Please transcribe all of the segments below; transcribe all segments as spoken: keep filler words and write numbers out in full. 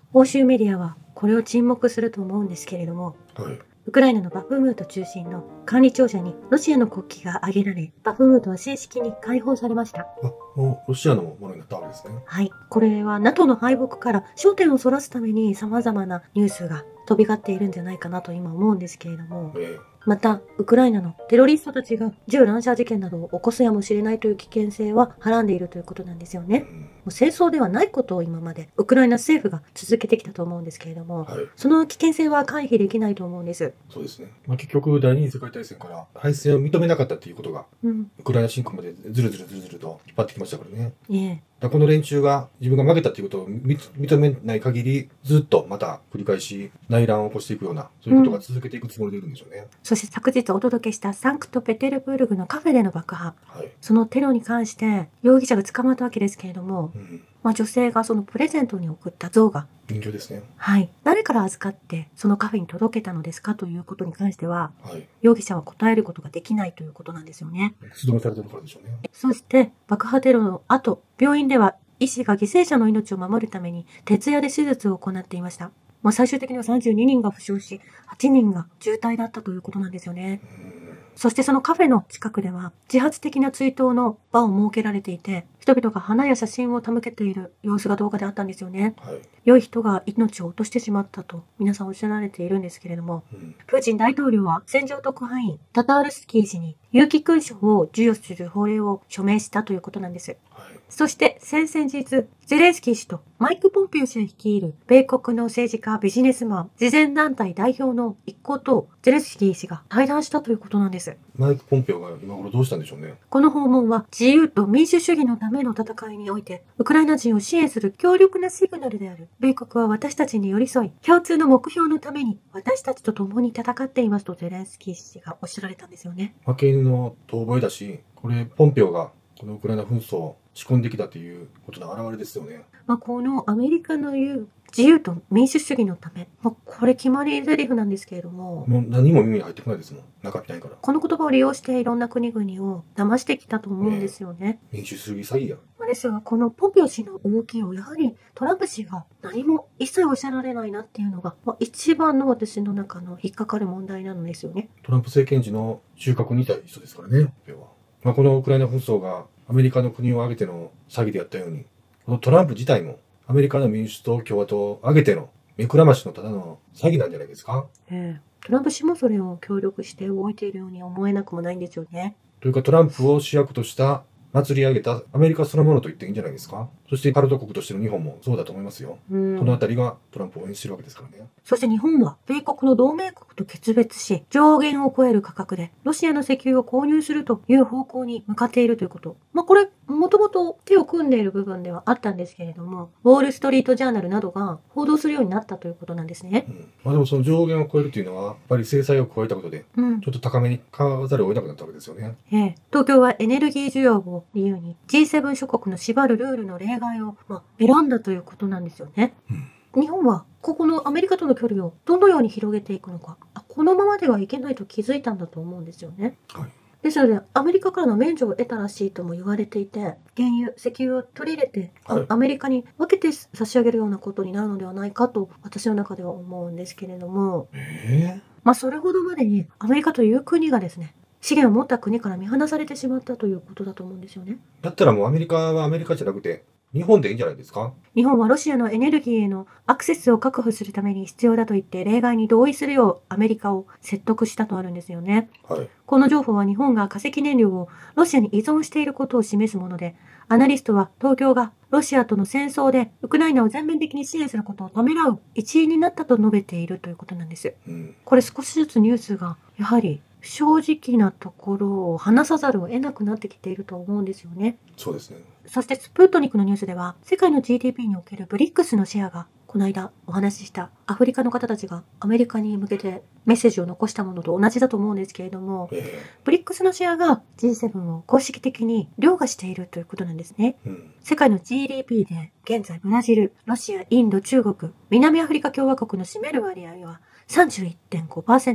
欧州メディアはこれを沈黙すると思うんですけれども、 はい。 ウクライナのバフムート中心の管理庁舎にロシアの国旗が挙げられ、バフムートは正式に解放されました。 あ、もうロシアのものになったわけですね。 はい。これは ナトー の敗北から焦点をそらすために様々なニュースが飛び交っているんじゃないかなと今思うんですけれども、 えまた、ウクライナのテロリストたちが銃乱射事件などを起こすやもしれないという危険性ははらんでいるということなんですよね。 えうんもう戦争ではないことを今までウクライナ政府が続けてきたと思うんですけれども、 はい。 その危険性は回避できないと思うんです。 そうですね。まあ、結局、第二次世界大戦から敗戦を認めなかったっていうことが、 うん。 ウクライナ侵攻までずるずるずるずると引っ張ってきましたからね。 いえ。 だからこの連中が自分が負けたっていうことを認認めない限り、ずっとまた繰り返し内乱を起こしていくような、そういうことが続けていくつもりでいるんでしょうね。 そして昨日お届けしたサンクトペテルブルグのカフェでの爆破。 はい。 そのテロに関して容疑者が捕まったわけですけれども、 うん。 まあ、女性がそのプレゼントに送った像が、 人形ですね。 はい、誰から預かってそのカフェに届けたのですかということに関しては、 はい。 容疑者は答えることができないということなんですよね。 素止めされてるからでしょうね。 そして爆破テロの後、病院では医師が犠牲者の命を守るために徹夜で手術を行っていました。まあ、最終的にはさんじゅうににんが負傷し、はちにんが重体だったということなんですよね。 うん。 そしてそのカフェの近くでは自発的な追悼の場を設けられていて、人々が花や写真を手向けている様子が動画であったんですよね。 はい。 良い人が命を落としてしまったと皆さんおっしゃられているんですけれども、 うん。 プーチン大統領は戦場特派員タタールスキー氏に有機勲章を授与する法令を署名したということなんです。 はい。 そして先々日、ゼレンスキー氏とマイク・ポンペオ氏が率いる米国の政治家、ビジネスマン、慈善団体代表の一行とゼレンスキー氏が対談したということなんです。 マイク・ポンペオが今頃どうしたんでしょうね。 この訪問は自由と民主主義のための戦いにおいて、ウクライナ人を支援する強力なシグナルである。米国は私たちに寄り添い、共通の目標のために私たちと共に戦っていますとゼレンスキー氏がおっしゃられたんですよね。 負け犬の遠吠えだし、これ、ポンペオがこのウクライナ紛争を仕込んできたということの表れですよね。 まあ、このアメリカの言う自由と民主主義のため、まあ、これ決まり台詞なんですけれども、 もう何も耳に入ってこないですもん。中身ないから。 この言葉を利用していろんな国々を騙してきたと思うんですよね。 民主主義詐欺や。 まあですが、このポンペオ氏の動きをやはりトランプ氏が何も一切おっしゃられないなっていうのが、まあ、一番の私の中の引っかかる問題なんですよね。 トランプ政権時の中核にいた人ですからね、ポンペオは。まあ、このウクライナ紛争がアメリカの国を挙げての詐欺であったように、このトランプ自体もアメリカの民主党、共和党を挙げての目くらましのただの詐欺なんじゃないですか。 ええ、トランプ氏もそれを協力して動いているように思えなくもないんですよね。 というかトランプを主役とした祭り上げたアメリカそのものと言っていいんじゃないですか。そしてカルト国としての日本もそうだと思いますよ。 うんこのあたりがトランプを応援してるわけですからね。 そして日本は米国の同盟国と決別し、上限を超える価格でロシアの石油を購入するという方向に向かっているということ。まあこれ、もともと手を組んでいる部分ではあったんですけれども、ウォールストリートジャーナルなどが報道するようになったということなんですねう。ん。まあでもその上限を超えるというのは、やっぱり制裁を加えたことで、 うんちょっと高めに買わざるを得なくなったわけですよね。 ええ、東京はエネルギー需要を理由に ジーセブン 諸国の縛るルールの例外を、まあ、選んだということなんですよね。 うん。 日本はここのアメリカとの距離をどのように広げていくのか、あこのままではいけないと気づいたんだと思うんですよね。 はい。 ですので、アメリカからの免除を得たらしいとも言われていて、原油、石油を取り入れて、あはいアメリカに分けて差し上げるようなことになるのではないかと、私の中では思うんですけれども、 ええまあ、それほどまでにアメリカという国がですね、資源を持った国から見放されてしまったということだと思うんですよね。 だったらもうアメリカはアメリカじゃなくて、日本でいいんじゃないですか。 日本はロシアのエネルギーへのアクセスを確保するために必要だと言って例外に同意するようアメリカを説得したとあるんですよね。 はい。 この情報は日本が化石燃料をロシアに依存していることを示すもので、アナリストは東京がロシアとの戦争でウクライナを全面的に支援することをためらう一因になったと述べているということなんです。 うん。 これ少しずつニュースがやはり正直なところを話さざるを得なくなってきていると思うんですよね。 そうですね。 そしてスプートニクのニュースでは世界の ジーディーピー におけるブリックスのシェアがこの間お話ししたアフリカの方たちがアメリカに向けてメッセージを残したものと同じだと思うんですけれども、 えブリックスのシェアが ジーセブン を公式的に凌駕しているということなんですね。 えうん。 世界の ジーディーピー で現在ブラジル、ロシア、インド、中国、南アフリカ共和国の占める割合は さんじゅういってんごパーセント。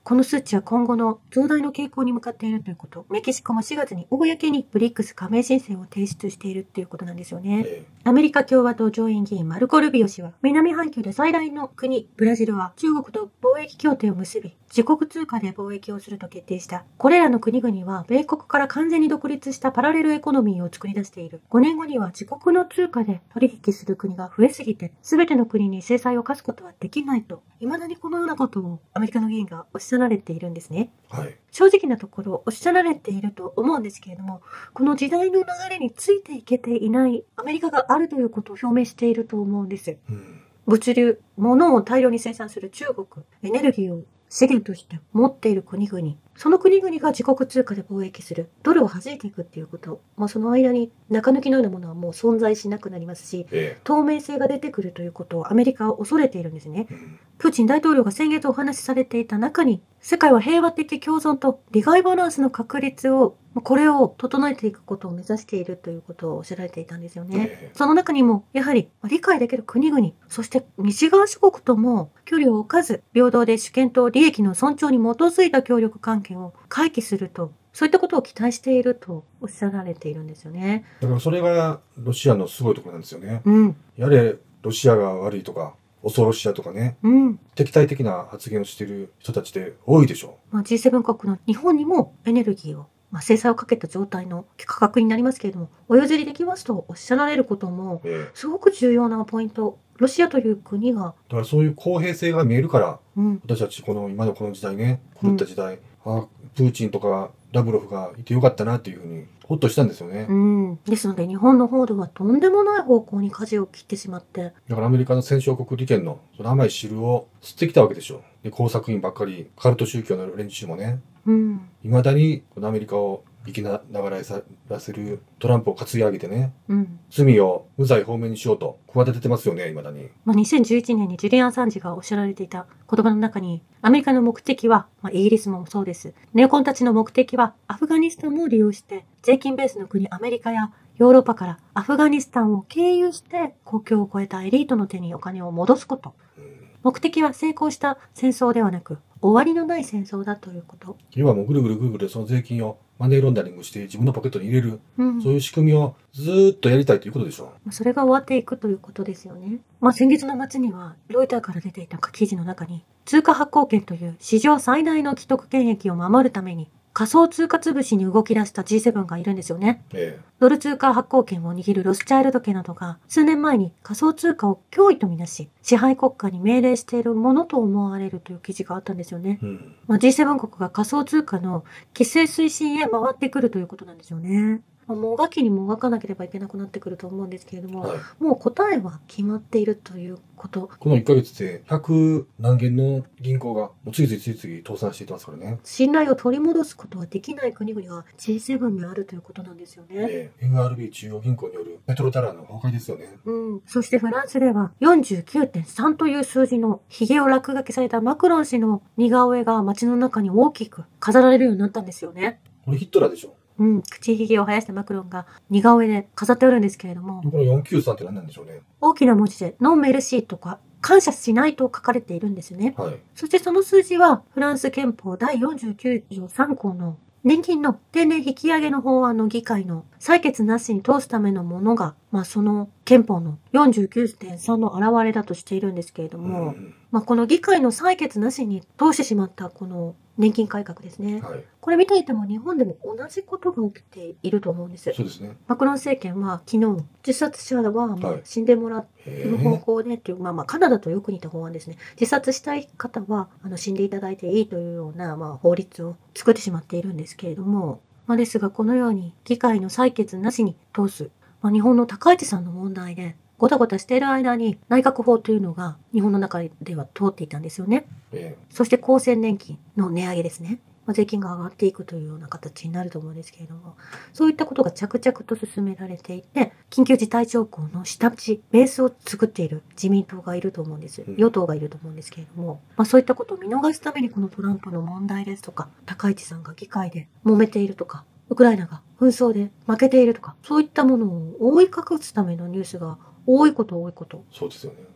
この数値は今後の増大の傾向に向かっているということ。メキシコもしがつに公にブリックス加盟申請を提出しているっていうことなんですよね。 えアメリカ共和党上院議員マルコ・ルビオ氏は、南半球で最大の国、ブラジルは中国と貿易協定を結び、自国通貨で貿易をすると決定した。これらの国々は、米国から完全に独立したパラレルエコノミーを作り出している。ごねんごには自国の通貨で取引する国が増えすぎて、すべての国に制裁を科すことはできないと、未だにこのようなことをアメリカの議員がおっしゃられているんですね。 はい。 正直なところおっしゃられていると思うんですけれども、この時代の流れについていけていないアメリカがあるということを表明していると思うんです。 うん。 物流、物を大量に生産する中国、エネルギーを資源として持っている国々、その国々が自国通貨で貿易する、ドルを弾いていくっていうこと、まあ、その間に中抜きのようなものはもう存在しなくなりますし、 え透明性が出てくるということをアメリカは恐れているんですね。 え。うん。 プーチン大統領が先月お話しされていた中に、世界は平和的共存と利害バランスの確立を、これを整えていくことを目指しているということをおっしゃられていたんですよね。 ええ。 その中にも、やはり理解できる国々、そして西側諸国とも距離を置かず、平等で主権と利益の尊重に基づいた協力関係を回帰すると、そういったことを期待しているとおっしゃられているんですよね。 だからそれがロシアのすごいところなんですよね。 うん。 やれ、ロシアが悪いとか、恐ろしやとかね、 うん。 敵対的な発言をしている人たちで多いでしょまあ、ジーセブン 国の日本にもエネルギーを、まあ、制裁をかけた状態の価格になりますけれども、お譲りできますとおっしゃられることも、 う。ええ。 すごく重要なポイント。ロシアという国が、 だからそういう公平性が見えるから、 うん、 私たちこの今のこの時代ね、狂った時代、あプーチンとかラブロフがいてよかったなっていうふうに、ほっとしたんですよね。 うん。ですので、日本の方ではとんでもない方向に舵を切ってしまって、 だからアメリカの戦勝国利権のその甘い汁を吸ってきたわけでしょ。で、工作員ばっかり、カルト宗教の連中もね、 うん、 未だにこのアメリカを生きながららせるトランプを担ぎ上げてね、 うん。 罪を無罪放免にしようと企ててますよね、未だに。 まあ、にせんじゅういちねんにジュリアン・アサンジがおっしゃられていた言葉の中に、アメリカの目的は、まあ、イギリスもそうです。ネオコンたちの目的は、アフガニスタンも利用して、税金ベースの国アメリカやヨーロッパからアフガニスタンを経由して国境を越えたエリートの手にお金を戻すこと。目的は成功した戦争ではなく、終わりのない戦争だということ。 要はもうぐるぐるぐるぐるその税金をマネーロンダリングして自分のポケットに入れる、 うん、 そういう仕組みをずーっとやりたいということでしょう。 それが終わっていくということですよね。まあ、先月の末には、ロイターから出ていた記事の中に、通貨発行権という史上最大の既得権益を守るために、仮想通貨潰しに動き出した ジーセブン がいるんですよね。 えドル通貨発行権を握るロスチャイルド家などが数年前に仮想通貨を脅威とみなし、支配国家に命令しているものと思われるという記事があったんですよね。 え。うん。 まあ、ジーセブン 国が仮想通貨の規制推進へ回ってくるということなんですよね。まあ、もがきにもがかなければいけなくなってくると思うんですけれども、 はい。 もう答えは決まっているということ。 このいっかげつでひゃく何件の銀行がもう次々次々倒産していってますからね。 信頼を取り戻すことができない国々が ジーセブン にあるということなんですよね。 ええ。エヌアールビー 中央銀行によるペトロダラーの崩壊ですよね。 うん。そしてフランスでは よんじゅうきゅうてんさん という数字の髭を落書きされたマクロン氏の似顔絵が街の中に大きく飾られるようになったんですよね。 これヒットラーでしょ。 うん。口ひげを生やしたマクロンが似顔絵で飾っておるんですけれども、 このよんきゅうさんって何なんでしょうね。 大きな文字でノンメルシーとか感謝しないと書かれているんですよね。 はい。 そしてその数字はフランス憲法だいよんじゅうきゅうじょうさん項の年金の定年引き上げの法案の議会の採決なしに通すためのものが、まあその憲法の よんじゅうきゅうてんさん の表れだとしているんですけれども、 うんまあこの議会の採決なしに通してしまったこの年金改革ですね。 はい。 これ見ていても日本でも同じことが起きていると思うんです。 そうですね。 マクロン政権は昨日自殺者はまあはい死んでもらうへ方え。 向でっていう、まあまあカナダとよく似た法案ですね。自殺したい方はあの死んでいただいていいというような、まあ、法律を作ってしまっているんですけれども、まあ、ですがこのように議会の採決なしに通す、まあ、日本の高市さんの問題でごたごたしている間に内閣法というのが日本の中では通っていたんですよね。 えそして厚生年金の値上げですね。まあ、税金が上がっていくというような形になると思うんですけれども、そういったことが着々と進められていて、緊急事態条項の下地、ベースを作っている自民党がいると思うんです。与党がいると思うんですけれども、まあ、そういったことを見逃すためにこのトランプの問題ですとか、高市さんが議会で揉めているとか、ウクライナが紛争で負けているとか、そういったものを覆い隠すためのニュースが多いこと多いこと。 そうですよね。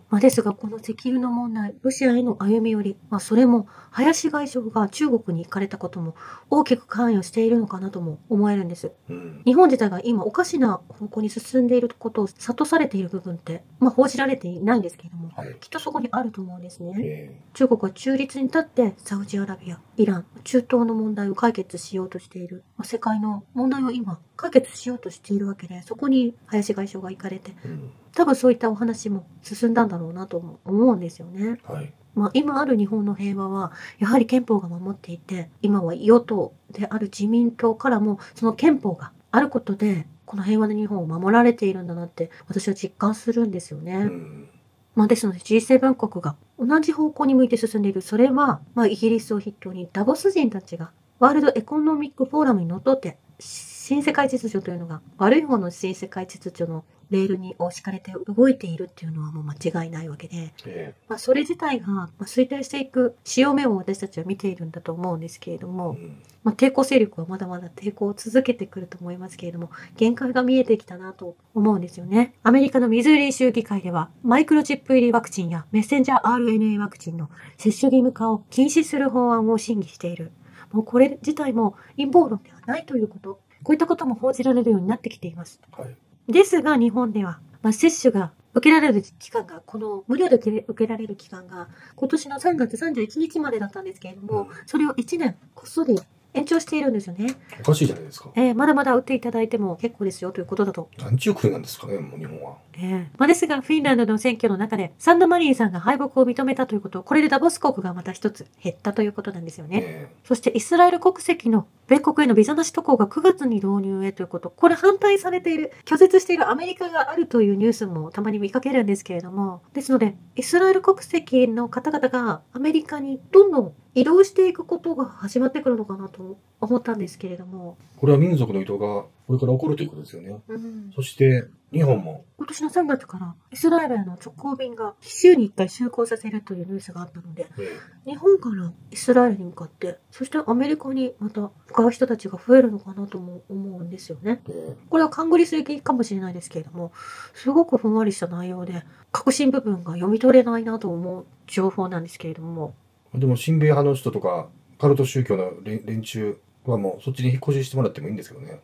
まあ、ですが、この石油の問題、ロシアへの歩み寄り、まあ、それも、林外相が中国に行かれたことも大きく関与しているのかなとも思えるんです。 うん。 日本自体が今おかしな方向に進んでいることを諭されている部分って、まあ、報じられていないんですけれども、 はい。 きっとそこにあると思うんですね。 え中国は中立に立ってサウジアラビア、イラン、中東の問題を解決しようとしている。まあ、世界の問題を今解決しようとしているわけで、そこに林外相が行かれて、 ーうん。 多分そういったお話も進んだんだろうなとも思うんですよね。 はい。 まあ、今ある日本の平和は、やはり憲法が守っていて、今は与党である自民党からも、その憲法があることで、この平和な日本を守られているんだなって、私は実感するんですよね。 うん。 まあ、ですので ジーセブン 国が同じ方向に向いて進んでいる。それは、まあ、イギリスを筆頭にダボス人たちがワールドエコノミックフォーラムにのっとって、新世界秩序というのが悪い方の新世界秩序のレールに敷かれて動いているっていうのはもう間違いないわけで、 えまあ、それ自体がまあ衰退していく潮目を私たちは見ているんだと思うんですけれどーも、 うん。 まあ、抵抗勢力はまだまだ抵抗を続けてくると思いますけれども、限界が見えてきたなと思うんですよね。アメリカのミズーリ州議会では、マイクロチップ入りワクチンやメッセンジャー アールエヌエー ワクチンの接種義務化を禁止する法案を審議している。もうこれ自体も陰謀論ではないということ、こういったことも報じられるようになってきています。 はい。 ですが日本では、まあ、接種が受けられる期間が、この無料で受け受けられる期間が今年のさんがつさんじゅういちにちまでだったんですけれども、 うんそれをいちねんこっそり延長しているんですよね。 おかしいじゃないですか。 えーまだまだ打っていただいても結構ですよということだと。 何ちゅう国なんですかね、もう日本は。 えーまあ、ですが、フィンランドの選挙の中で、サンダマリンさんが敗北を認めたということ、これでダボス国がまた一つ減ったということなんですよね。 えそして、イスラエル国籍の米国へのビザなし渡航がくがつに導入へということ、これ反対されている、拒絶しているアメリカがあるというニュースもたまに見かけるんですけれども、ですので、イスラエル国籍の方々がアメリカにどんどん移動していくことが始まってくるのかなと思ったんですけれども、 これは民族の移動がこれから起こるということですよね。 うんそして、日本も、 今年のさんがつからイスラエルへの直行便が週にいっかい就航させるというニュースがあったので、 え日本からイスラエルに向かって、そしてアメリカにまた向かう人たちが増えるのかなとも思うんですよね。 ーえこれは勘繰りすぎかもしれないですけれども、すごくふんわりした内容で、核心部分が読み取れないなと思う情報なんですけれども、 ーでも、親米派の人とか、カルト宗教の連連中はもうそっちに引っ越ししてもらってもいいんですけどね。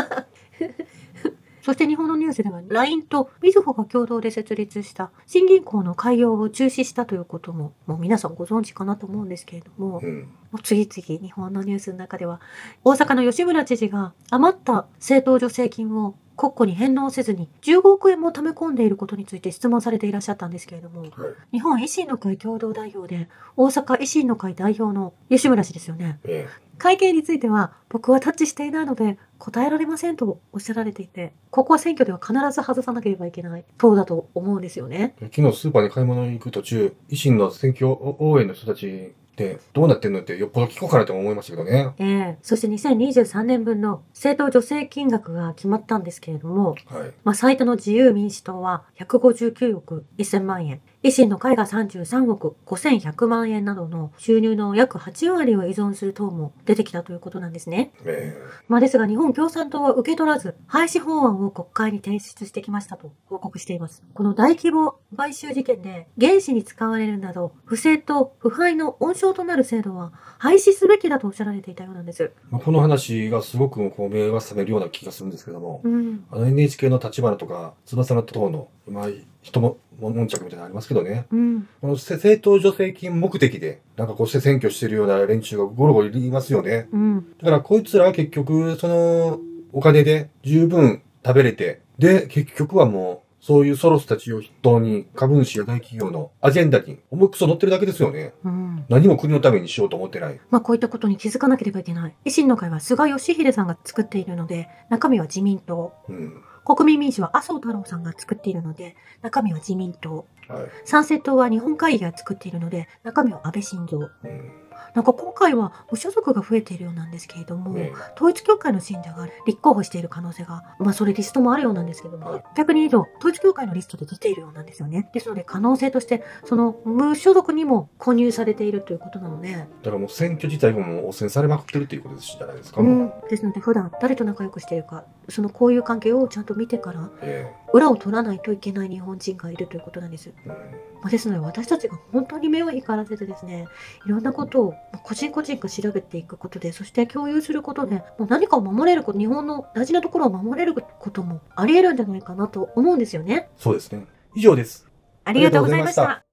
そして日本のニュースでは ライン とみずほが共同で設立した新銀行の開業を中止したということも、もう皆さんご存知かなと思うんですけれども、 うん。 もう次々日本のニュースの中では、大阪の吉村知事が余った政党助成金を国庫に返納せずにじゅうごおくえんも貯め込んでいることについて質問されていらっしゃったんですけれども、 はい。 日本維新の会共同代表で大阪維新の会代表の吉村氏ですよね。 え会計については僕はタッチしていないので答えられませんとおっしゃられていて、ここは選挙では必ず外さなければいけない党だと思うんですよね。 え昨日スーパーに買い物に行く途中、維新の選挙応援の人たちってどうなってんのってよっぽど聞こうかなと思いましたけどね。 ええそしてにせんにじゅうさんねんぶんの政党助成金額が決まったんですけれども、 はい。 まあ、最多の自由民主党はひゃくごじゅうきゅうおくせんまんえん、維新の会がさんじゅうさんおくごせんひゃくまんえんなどの収入の約はちわりを依存する党も出てきたということなんですね。 えまあ、ですが日本共産党は受け取らず、廃止法案を国会に提出してきましたと報告しています。この大規模買収事件で原資に使われるなど、不正と腐敗の温床となる制度は廃止すべきだとおっしゃられていたようなんです。 ーまあ、この話がすごくこう目が覚めるような気がするんですけども、 うん。 あの エヌエイチケー の立花とか翼の党の、まあ、人も、もんちゃくみたいなのありますけどね。 うん。 このせ政党助成金目的で、なんかこうして選挙してるような連中がゴロゴロいますよね。 うん。 だからこいつらは結局、その、お金で十分食べれて、で、結局はもう、そういうソロスたちを筆頭に株主や大企業のアジェンダに重くそ乗ってるだけですよね。 うん。 何も国のためにしようと思ってない。 まあこういったことに気づかなければいけない。維新の会は菅義偉さんが作っているので、中身は自民党。 うん。 国民民主は麻生太郎さんが作っているので、中身は自民党。 はい。 参政党は日本会議が作っているので、中身は安倍晋三。 うん。 なんか今回は無所属が増えているようなんですけれども、 ね統一教会の信者が立候補している可能性が、まあそれリストもあるようなんですけども、 はい逆に言うと統一教会のリストで出ているようなんですよね。ですので可能性として、その無所属にも混入されているということなので、 だからもう選挙自体ももう汚染されまくってるっていうことじゃないですか。 う、 もうんですので普段誰と仲良くしているか、 その交友関係をちゃんと見てからえ裏を取らないといけない日本人がいるということなんです。 えうんまあですので私たちが本当に目を光らせてですね、いろんなことをまあ個人個人が調べていくことで、そして共有することで、もう何かを守れること、日本の大事なところを守れることもあり得るんじゃないかなと思うんですよね。 そうですね。以上です。 ありがとうございました。